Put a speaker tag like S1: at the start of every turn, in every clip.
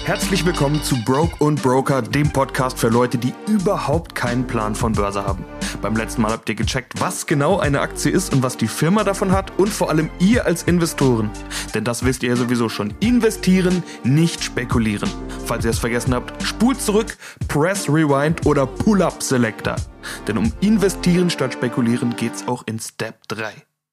S1: Herzlich willkommen zu Broke und Broker, dem Podcast für Leute, die überhaupt keinen Plan von Börse haben. Beim letzten Mal habt ihr gecheckt, was genau eine Aktie ist und was die Firma davon hat und vor allem ihr als Investoren. Denn das wisst ihr ja sowieso schon. Investieren, nicht spekulieren. Falls ihr es vergessen habt, spult zurück, Press Rewind oder Pull-Up Selector. Denn um investieren statt spekulieren geht's auch in Step 3.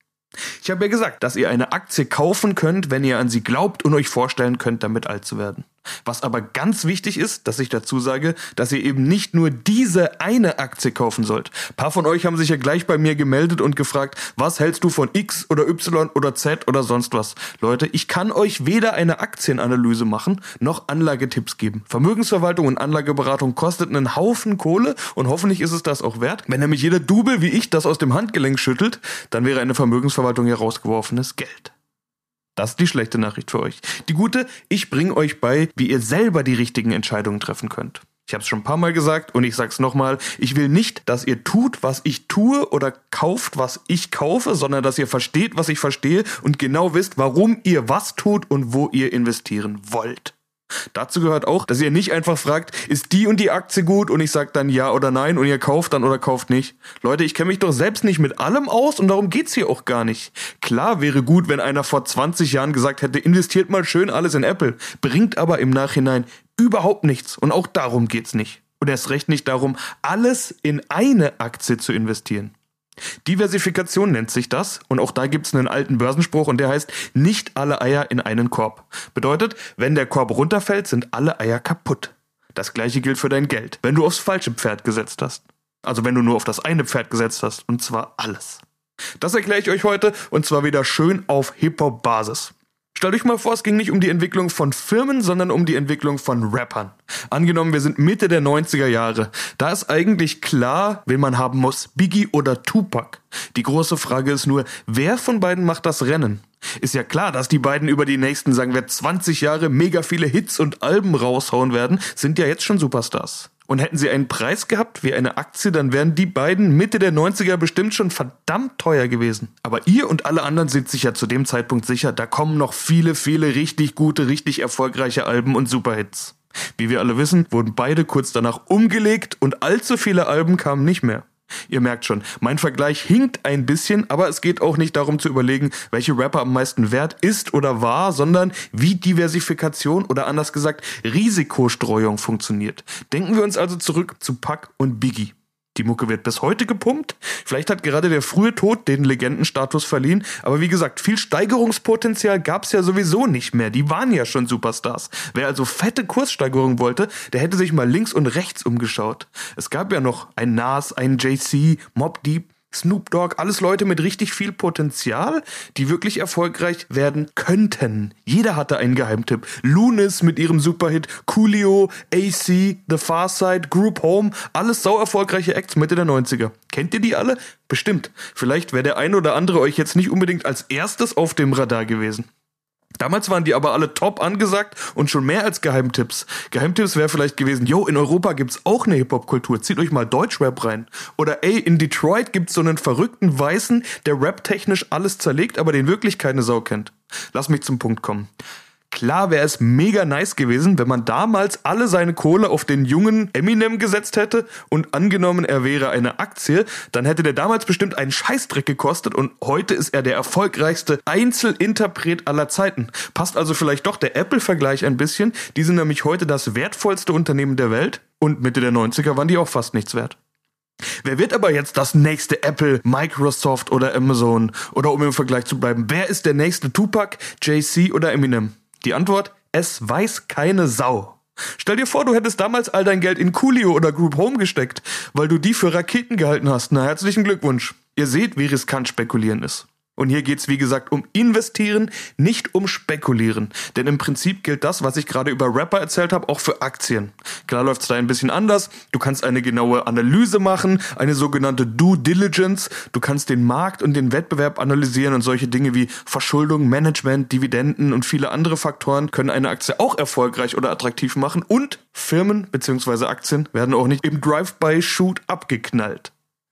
S1: Ich habe ja gesagt, dass ihr eine Aktie kaufen könnt, wenn ihr an sie glaubt und euch vorstellen könnt, damit alt zu werden. Was aber ganz wichtig ist, dass ich dazu sage, dass ihr eben nicht nur diese eine Aktie kaufen sollt. Ein paar von euch haben sich ja gleich bei mir gemeldet und gefragt, was hältst du von X oder Y oder Z oder sonst was? Leute, ich kann euch weder eine Aktienanalyse machen, noch Anlagetipps geben. Vermögensverwaltung und Anlageberatung kostet einen Haufen Kohle und hoffentlich ist es das auch wert. Wenn nämlich jeder Double wie ich das aus dem Handgelenk schüttelt, dann wäre eine Vermögensverwaltung ja rausgeworfenes Geld. Das ist die schlechte Nachricht für euch. Die gute, ich bringe euch bei, wie ihr selber die richtigen Entscheidungen treffen könnt. Ich habe es schon ein paar Mal gesagt und ich sag's nochmal, ich will nicht, dass ihr tut, was ich tue oder kauft, was ich kaufe, sondern dass ihr versteht, was ich verstehe und genau wisst, warum ihr was tut und wo ihr investieren wollt. Dazu gehört auch, dass ihr nicht einfach fragt, ist die und die Aktie gut und ich sag dann ja oder nein und ihr kauft dann oder kauft nicht. Leute, ich kenne mich doch selbst nicht mit allem aus und darum geht's hier auch gar nicht. Klar wäre gut, wenn einer vor 20 Jahren gesagt hätte, investiert mal schön alles in Apple, bringt aber im Nachhinein überhaupt nichts und auch darum geht's nicht. Und erst recht nicht darum, alles in eine Aktie zu investieren. Diversifikation nennt sich das und auch da gibt's einen alten Börsenspruch und der heißt, nicht alle Eier in einen Korb. Bedeutet, wenn der Korb runterfällt, sind alle Eier kaputt. Das gleiche gilt für dein Geld, wenn du aufs falsche Pferd gesetzt hast. Also wenn du nur auf das eine Pferd gesetzt hast und zwar alles. Das erkläre ich euch heute und zwar wieder schön auf Hip-Hop-Basis. Stellt euch mal vor, es ging nicht um die Entwicklung von Firmen, sondern um die Entwicklung von Rappern. Angenommen, wir sind Mitte der 90er Jahre. Da ist eigentlich klar, wen man haben muss, Biggie oder Tupac. Die große Frage ist nur, wer von beiden macht das Rennen? Ist ja klar, dass die beiden über die nächsten, sagen wir, 20 Jahre mega viele Hits und Alben raushauen werden, sind ja jetzt schon Superstars. Und hätten sie einen Preis gehabt wie eine Aktie, dann wären die beiden Mitte der 90er bestimmt schon verdammt teuer gewesen. Aber ihr und alle anderen sind sich ja zu dem Zeitpunkt sicher, da kommen noch viele, viele richtig gute, richtig erfolgreiche Alben und Superhits. Wie wir alle wissen, wurden beide kurz danach umgelegt und allzu viele Alben kamen nicht mehr. Ihr merkt schon, mein Vergleich hinkt ein bisschen, aber es geht auch nicht darum zu überlegen, welche Rapper am meisten wert ist oder war, sondern wie Diversifikation oder anders gesagt Risikostreuung funktioniert. Denken wir uns also zurück zu Pac und Biggie. Die Mucke wird bis heute gepumpt. Vielleicht hat gerade der frühe Tod den Legendenstatus verliehen. Aber wie gesagt, viel Steigerungspotenzial gab's ja sowieso nicht mehr. Die waren ja schon Superstars. Wer also fette Kurssteigerung wollte, der hätte sich mal links und rechts umgeschaut. Es gab ja noch einen Nas, einen Jay-Z, Mobb Deep, Snoop Dogg, alles Leute mit richtig viel Potenzial, die wirklich erfolgreich werden könnten. Jeder hatte einen Geheimtipp. Lunis mit ihrem Superhit, Coolio, AC, The Pharcyde, Group Home, alles sau erfolgreiche Acts Mitte der 90er. Kennt ihr die alle? Bestimmt. Vielleicht wäre der ein oder andere euch jetzt nicht unbedingt als erstes auf dem Radar gewesen. Damals waren die aber alle top angesagt und schon mehr als Geheimtipps. Geheimtipps wäre vielleicht gewesen, in Europa gibt's auch eine Hip-Hop-Kultur, zieht euch mal Deutschrap rein. Oder in Detroit gibt's so einen verrückten Weißen, der rap-technisch alles zerlegt, aber den wirklich keine Sau kennt. Lass mich zum Punkt kommen. Klar wäre es mega nice gewesen, wenn man damals alle seine Kohle auf den jungen Eminem gesetzt hätte und angenommen, er wäre eine Aktie, dann hätte der damals bestimmt einen Scheißdreck gekostet und heute ist er der erfolgreichste Einzelinterpret aller Zeiten. Passt also vielleicht doch der Apple-Vergleich ein bisschen, die sind nämlich heute das wertvollste Unternehmen der Welt und Mitte der 90er waren die auch fast nichts wert. Wer wird aber jetzt das nächste Apple, Microsoft oder Amazon? Oder um im Vergleich zu bleiben, wer ist der nächste Tupac, Jay-Z oder Eminem? Die Antwort, es weiß keine Sau. Stell dir vor, du hättest damals all dein Geld in Coolio oder Group Home gesteckt, weil du die für Raketen gehalten hast. Na, herzlichen Glückwunsch. Ihr seht, wie riskant Spekulieren ist. Und hier geht's wie gesagt um Investieren, nicht um Spekulieren. Denn im Prinzip gilt das, was ich gerade über Rapper erzählt habe, auch für Aktien. Klar läuft's da ein bisschen anders. Du kannst eine genaue Analyse machen, eine sogenannte Due Diligence. Du kannst den Markt und den Wettbewerb analysieren und solche Dinge wie Verschuldung, Management, Dividenden und viele andere Faktoren können eine Aktie auch erfolgreich oder attraktiv machen. Und Firmen bzw. Aktien werden auch nicht im Drive-by-Shoot abgeknallt.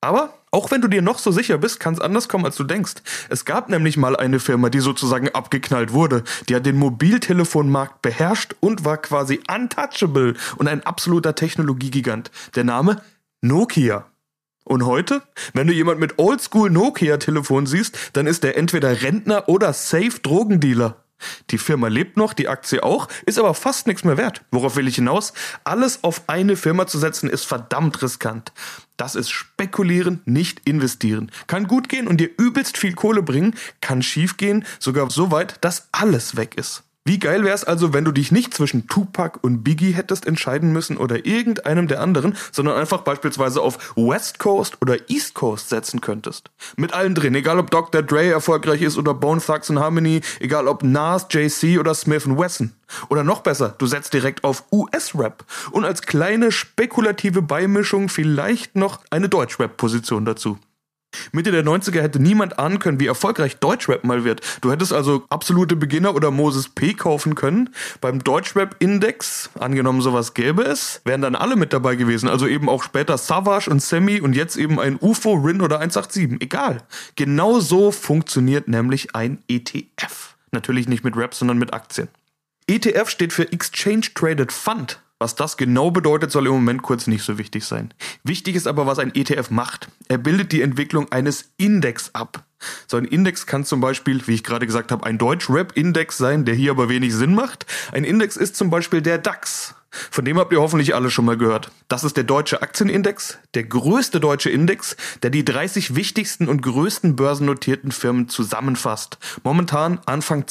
S1: Aber auch wenn du dir noch so sicher bist, kann es anders kommen, als du denkst. Es gab nämlich mal eine Firma, die sozusagen abgeknallt wurde. Die hat den Mobiltelefonmarkt beherrscht und war quasi untouchable und ein absoluter Technologiegigant. Der Name Nokia. Und heute, wenn du jemand mit Oldschool Nokia-Telefon siehst, dann ist der entweder Rentner oder safe Drogendealer. Die Firma lebt noch, die Aktie auch, ist aber fast nichts mehr wert. Worauf will ich hinaus? Alles auf eine Firma zu setzen, ist verdammt riskant. Das ist spekulieren, nicht investieren. Kann gut gehen und dir übelst viel Kohle bringen, kann schief gehen, sogar so weit, dass alles weg ist. Wie geil wär's also, wenn du dich nicht zwischen Tupac und Biggie hättest entscheiden müssen oder irgendeinem der anderen, sondern einfach beispielsweise auf West Coast oder East Coast setzen könntest. Mit allen drin, egal ob Dr. Dre erfolgreich ist oder Bone Thugs and Harmony, egal ob Nas, Jay-Z oder Smith & Wesson. Oder noch besser, du setzt direkt auf US-Rap und als kleine spekulative Beimischung vielleicht noch eine Deutsch-Rap-Position dazu. Mitte der 90er hätte niemand ahnen können, wie erfolgreich Deutschrap mal wird. Du hättest also Absolute Beginner oder Moses P. kaufen können. Beim Deutschrap-Index, angenommen sowas gäbe es, wären dann alle mit dabei gewesen. Also eben auch später Savage und Sammy und jetzt eben ein UFO, Rin oder 187. Egal. Genau so funktioniert nämlich ein ETF. Natürlich nicht mit Rap, sondern mit Aktien. ETF steht für Exchange Traded Fund. Was das genau bedeutet, soll im Moment kurz nicht so wichtig sein. Wichtig ist aber, was ein ETF macht. Er bildet die Entwicklung eines Index ab. So ein Index kann zum Beispiel, wie ich gerade gesagt habe, ein Deutsch-Rap-Index sein, der hier aber wenig Sinn macht. Ein Index ist zum Beispiel der DAX. Von dem habt ihr hoffentlich alle schon mal gehört. Das ist der deutsche Aktienindex, der größte deutsche Index, der die 30 wichtigsten und größten börsennotierten Firmen zusammenfasst. Momentan, Anfang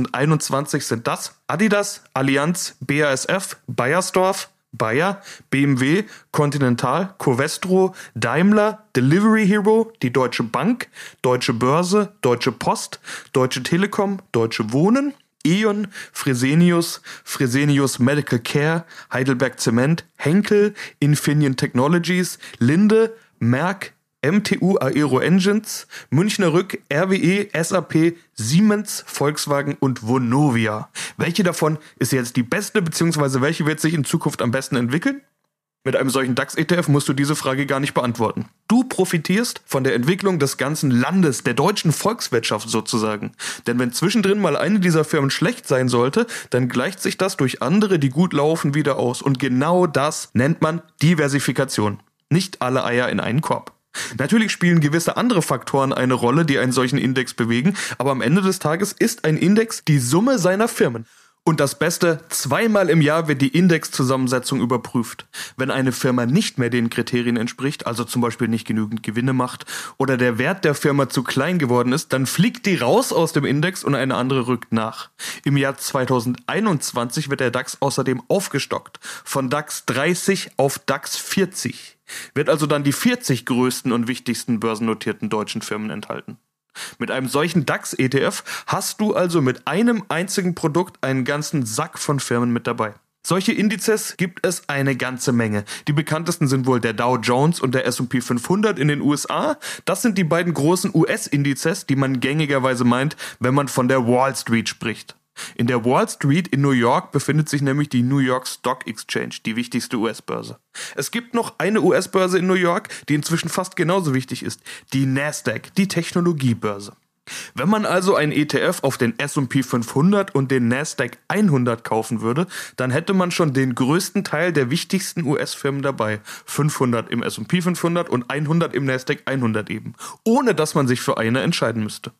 S1: 2021, sind das Adidas, Allianz, BASF, Bayersdorf, Bayer, BMW, Continental, Covestro, Daimler, Delivery Hero, die Deutsche Bank, Deutsche Börse, Deutsche Post, Deutsche Telekom, Deutsche Wohnen, E.ON, Fresenius Medical Care, Heidelberg Zement, Henkel, Infineon Technologies, Linde, Merck, MTU Aero Engines, Münchner Rück, RWE, SAP, Siemens, Volkswagen und Vonovia. Welche davon ist jetzt die beste, beziehungsweise welche wird sich in Zukunft am besten entwickeln? Mit einem solchen DAX-ETF musst du diese Frage gar nicht beantworten. Du profitierst von der Entwicklung des ganzen Landes, der deutschen Volkswirtschaft sozusagen. Denn wenn zwischendrin mal eine dieser Firmen schlecht sein sollte, dann gleicht sich das durch andere, die gut laufen, wieder aus. Und genau das nennt man Diversifikation. Nicht alle Eier in einen Korb. Natürlich spielen gewisse andere Faktoren eine Rolle, die einen solchen Index bewegen, aber am Ende des Tages ist ein Index die Summe seiner Firmen. Und das Beste, 2-mal im Jahr wird die Indexzusammensetzung überprüft. Wenn eine Firma nicht mehr den Kriterien entspricht, also zum Beispiel nicht genügend Gewinne macht oder der Wert der Firma zu klein geworden ist, dann fliegt die raus aus dem Index und eine andere rückt nach. Im Jahr 2021 wird der DAX außerdem aufgestockt, von DAX 30 auf DAX 40. Wird also dann die 40 größten und wichtigsten börsennotierten deutschen Firmen enthalten. Mit einem solchen DAX-ETF hast du also mit einem einzigen Produkt einen ganzen Sack von Firmen mit dabei. Solche Indizes gibt es eine ganze Menge. Die bekanntesten sind wohl der Dow Jones und der S&P 500 in den USA. Das sind die beiden großen US-Indizes, die man gängigerweise meint, wenn man von der Wall Street spricht. In der Wall Street in New York befindet sich nämlich die New York Stock Exchange, die wichtigste US-Börse. Es gibt noch eine US-Börse in New York, die inzwischen fast genauso wichtig ist, die Nasdaq, die Technologiebörse. Wenn man also einen ETF auf den S&P 500 und den Nasdaq 100 kaufen würde, dann hätte man schon den größten Teil der wichtigsten US-Firmen dabei. 500 im S&P 500 und 100 im Nasdaq 100 eben, ohne dass man sich für eine entscheiden müsste.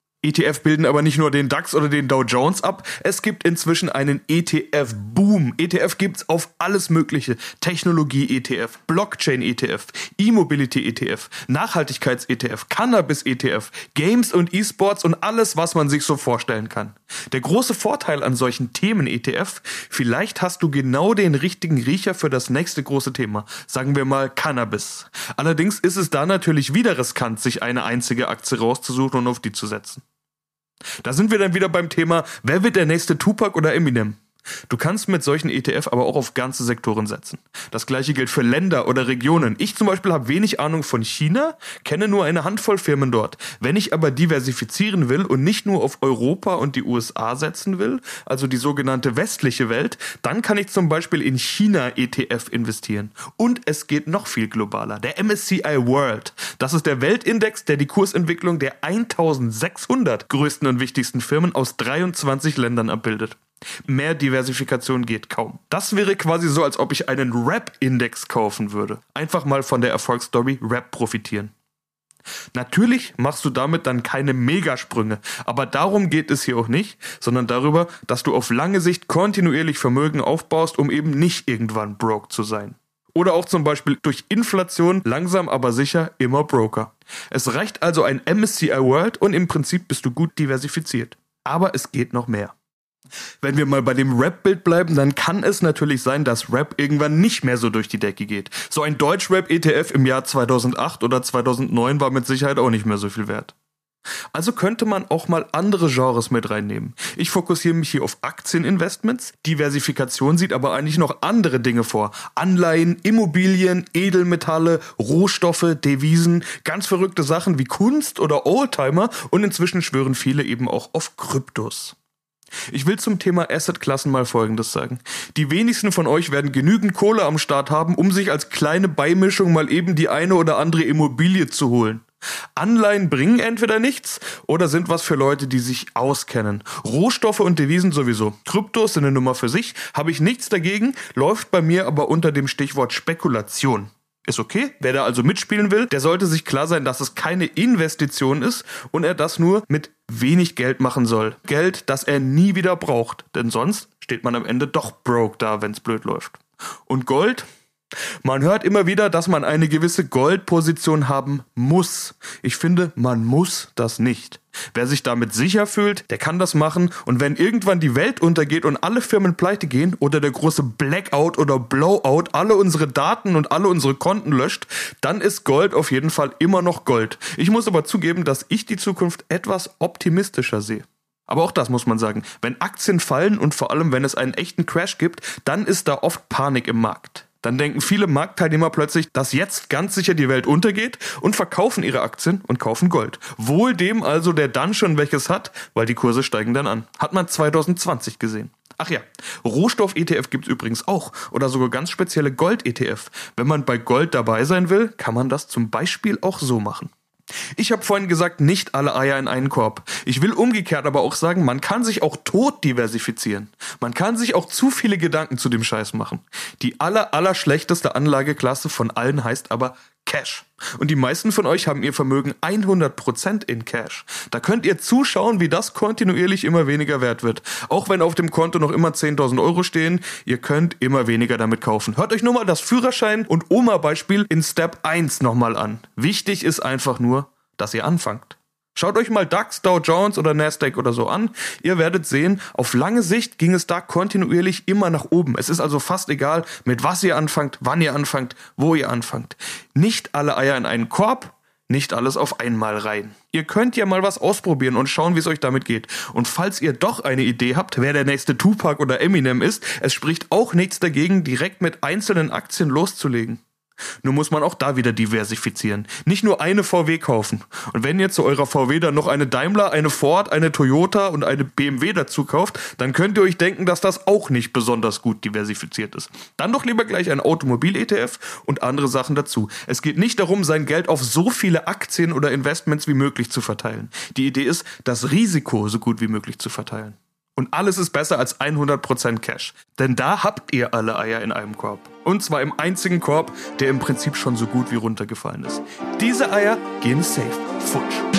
S1: ETF bilden aber nicht nur den DAX oder den Dow Jones ab, es gibt inzwischen einen ETF-Boom. ETF gibt's auf alles mögliche. Technologie-ETF, Blockchain-ETF, E-Mobility-ETF, Nachhaltigkeits-ETF, Cannabis-ETF, Games und E-Sports und alles, was man sich so vorstellen kann. Der große Vorteil an solchen Themen-ETF, vielleicht hast du genau den richtigen Riecher für das nächste große Thema. Sagen wir mal Cannabis. Allerdings ist es da natürlich wieder riskant, sich eine einzige Aktie rauszusuchen und auf die zu setzen. Da sind wir dann wieder beim Thema, wer wird der nächste Tupac oder Eminem? Du kannst mit solchen ETF aber auch auf ganze Sektoren setzen. Das gleiche gilt für Länder oder Regionen. Ich zum Beispiel habe wenig Ahnung von China, kenne nur eine Handvoll Firmen dort. Wenn ich aber diversifizieren will und nicht nur auf Europa und die USA setzen will, also die sogenannte westliche Welt, dann kann ich zum Beispiel in China-ETF investieren. Und es geht noch viel globaler. Der MSCI World, das ist der Weltindex, der die Kursentwicklung der 1600 größten und wichtigsten Firmen aus 23 Ländern abbildet. Mehr Diversifikation geht kaum. Das wäre quasi so, als ob ich einen Rap-Index kaufen würde. Einfach mal von der Erfolgsstory Rap profitieren. Natürlich machst du damit dann keine Megasprünge, aber darum geht es hier auch nicht, sondern darüber, dass du auf lange Sicht kontinuierlich Vermögen aufbaust, um eben nicht irgendwann broke zu sein. Oder auch zum Beispiel durch Inflation langsam aber sicher immer Broker. Es reicht also ein MSCI World und im Prinzip bist du gut diversifiziert. Aber es geht noch mehr. Wenn wir mal bei dem Rap-Bild bleiben, dann kann es natürlich sein, dass Rap irgendwann nicht mehr so durch die Decke geht. So ein Deutsch-Rap-ETF im Jahr 2008 oder 2009 war mit Sicherheit auch nicht mehr so viel wert. Also könnte man auch mal andere Genres mit reinnehmen. Ich fokussiere mich hier auf Aktieninvestments. Diversifikation sieht aber eigentlich noch andere Dinge vor. Anleihen, Immobilien, Edelmetalle, Rohstoffe, Devisen, ganz verrückte Sachen wie Kunst oder Oldtimer und inzwischen schwören viele eben auch auf Kryptos. Ich will zum Thema Assetklassen mal Folgendes sagen. Die wenigsten von euch werden genügend Kohle am Start haben, um sich als kleine Beimischung mal eben die eine oder andere Immobilie zu holen. Anleihen bringen entweder nichts oder sind was für Leute, die sich auskennen. Rohstoffe und Devisen sowieso. Kryptos sind eine Nummer für sich, habe ich nichts dagegen, läuft bei mir aber unter dem Stichwort Spekulation. Ist okay, wer da also mitspielen will, der sollte sich klar sein, dass es keine Investition ist und er das nur mit wenig Geld machen soll. Geld, das er nie wieder braucht, denn sonst steht man am Ende doch broke da, wenn's blöd läuft. Und Gold? Man hört immer wieder, dass man eine gewisse Goldposition haben muss. Ich finde, man muss das nicht. Wer sich damit sicher fühlt, der kann das machen und wenn irgendwann die Welt untergeht und alle Firmen pleite gehen oder der große Blackout oder Blowout alle unsere Daten und alle unsere Konten löscht, dann ist Gold auf jeden Fall immer noch Gold. Ich muss aber zugeben, dass ich die Zukunft etwas optimistischer sehe. Aber auch das muss man sagen, wenn Aktien fallen und vor allem wenn es einen echten Crash gibt, dann ist da oft Panik im Markt. Dann denken viele Marktteilnehmer plötzlich, dass jetzt ganz sicher die Welt untergeht und verkaufen ihre Aktien und kaufen Gold. Wohl dem also, der dann schon welches hat, weil die Kurse steigen dann an. Hat man 2020 gesehen. Ach ja, Rohstoff-ETF gibt's übrigens auch oder sogar ganz spezielle Gold-ETF. Wenn man bei Gold dabei sein will, kann man das zum Beispiel auch so machen. Ich habe vorhin gesagt, nicht alle Eier in einen Korb. Ich will umgekehrt aber auch sagen, man kann sich auch tot diversifizieren. Man kann sich auch zu viele Gedanken zu dem Scheiß machen. Die schlechteste Anlageklasse von allen heißt aber Cash. Und die meisten von euch haben ihr Vermögen 100% in Cash. Da könnt ihr zuschauen, wie das kontinuierlich immer weniger wert wird. Auch wenn auf dem Konto noch immer 10.000 Euro stehen, ihr könnt immer weniger damit kaufen. Hört euch nur mal das Führerschein- und Oma-Beispiel in Step 1 nochmal an. Wichtig ist einfach nur, dass ihr anfangt. Schaut euch mal DAX, Dow Jones oder Nasdaq oder so an. Ihr werdet sehen, auf lange Sicht ging es da kontinuierlich immer nach oben. Es ist also fast egal, mit was ihr anfangt, wann ihr anfangt, wo ihr anfangt. Nicht alle Eier in einen Korb, nicht alles auf einmal rein. Ihr könnt ja mal was ausprobieren und schauen, wie es euch damit geht. Und falls ihr doch eine Idee habt, wer der nächste Tupac oder Eminem ist, es spricht auch nichts dagegen, direkt mit einzelnen Aktien loszulegen. Nur muss man auch da wieder diversifizieren. Nicht nur eine VW kaufen. Und wenn ihr zu eurer VW dann noch eine Daimler, eine Ford, eine Toyota und eine BMW dazu kauft, dann könnt ihr euch denken, dass das auch nicht besonders gut diversifiziert ist. Dann doch lieber gleich ein Automobil-ETF und andere Sachen dazu. Es geht nicht darum, sein Geld auf so viele Aktien oder Investments wie möglich zu verteilen. Die Idee ist, das Risiko so gut wie möglich zu verteilen. Und alles ist besser als 100% Cash. Denn da habt ihr alle Eier in einem Korb. Und zwar im einzigen Korb, der im Prinzip schon so gut wie runtergefallen ist. Diese Eier gehen safe futsch.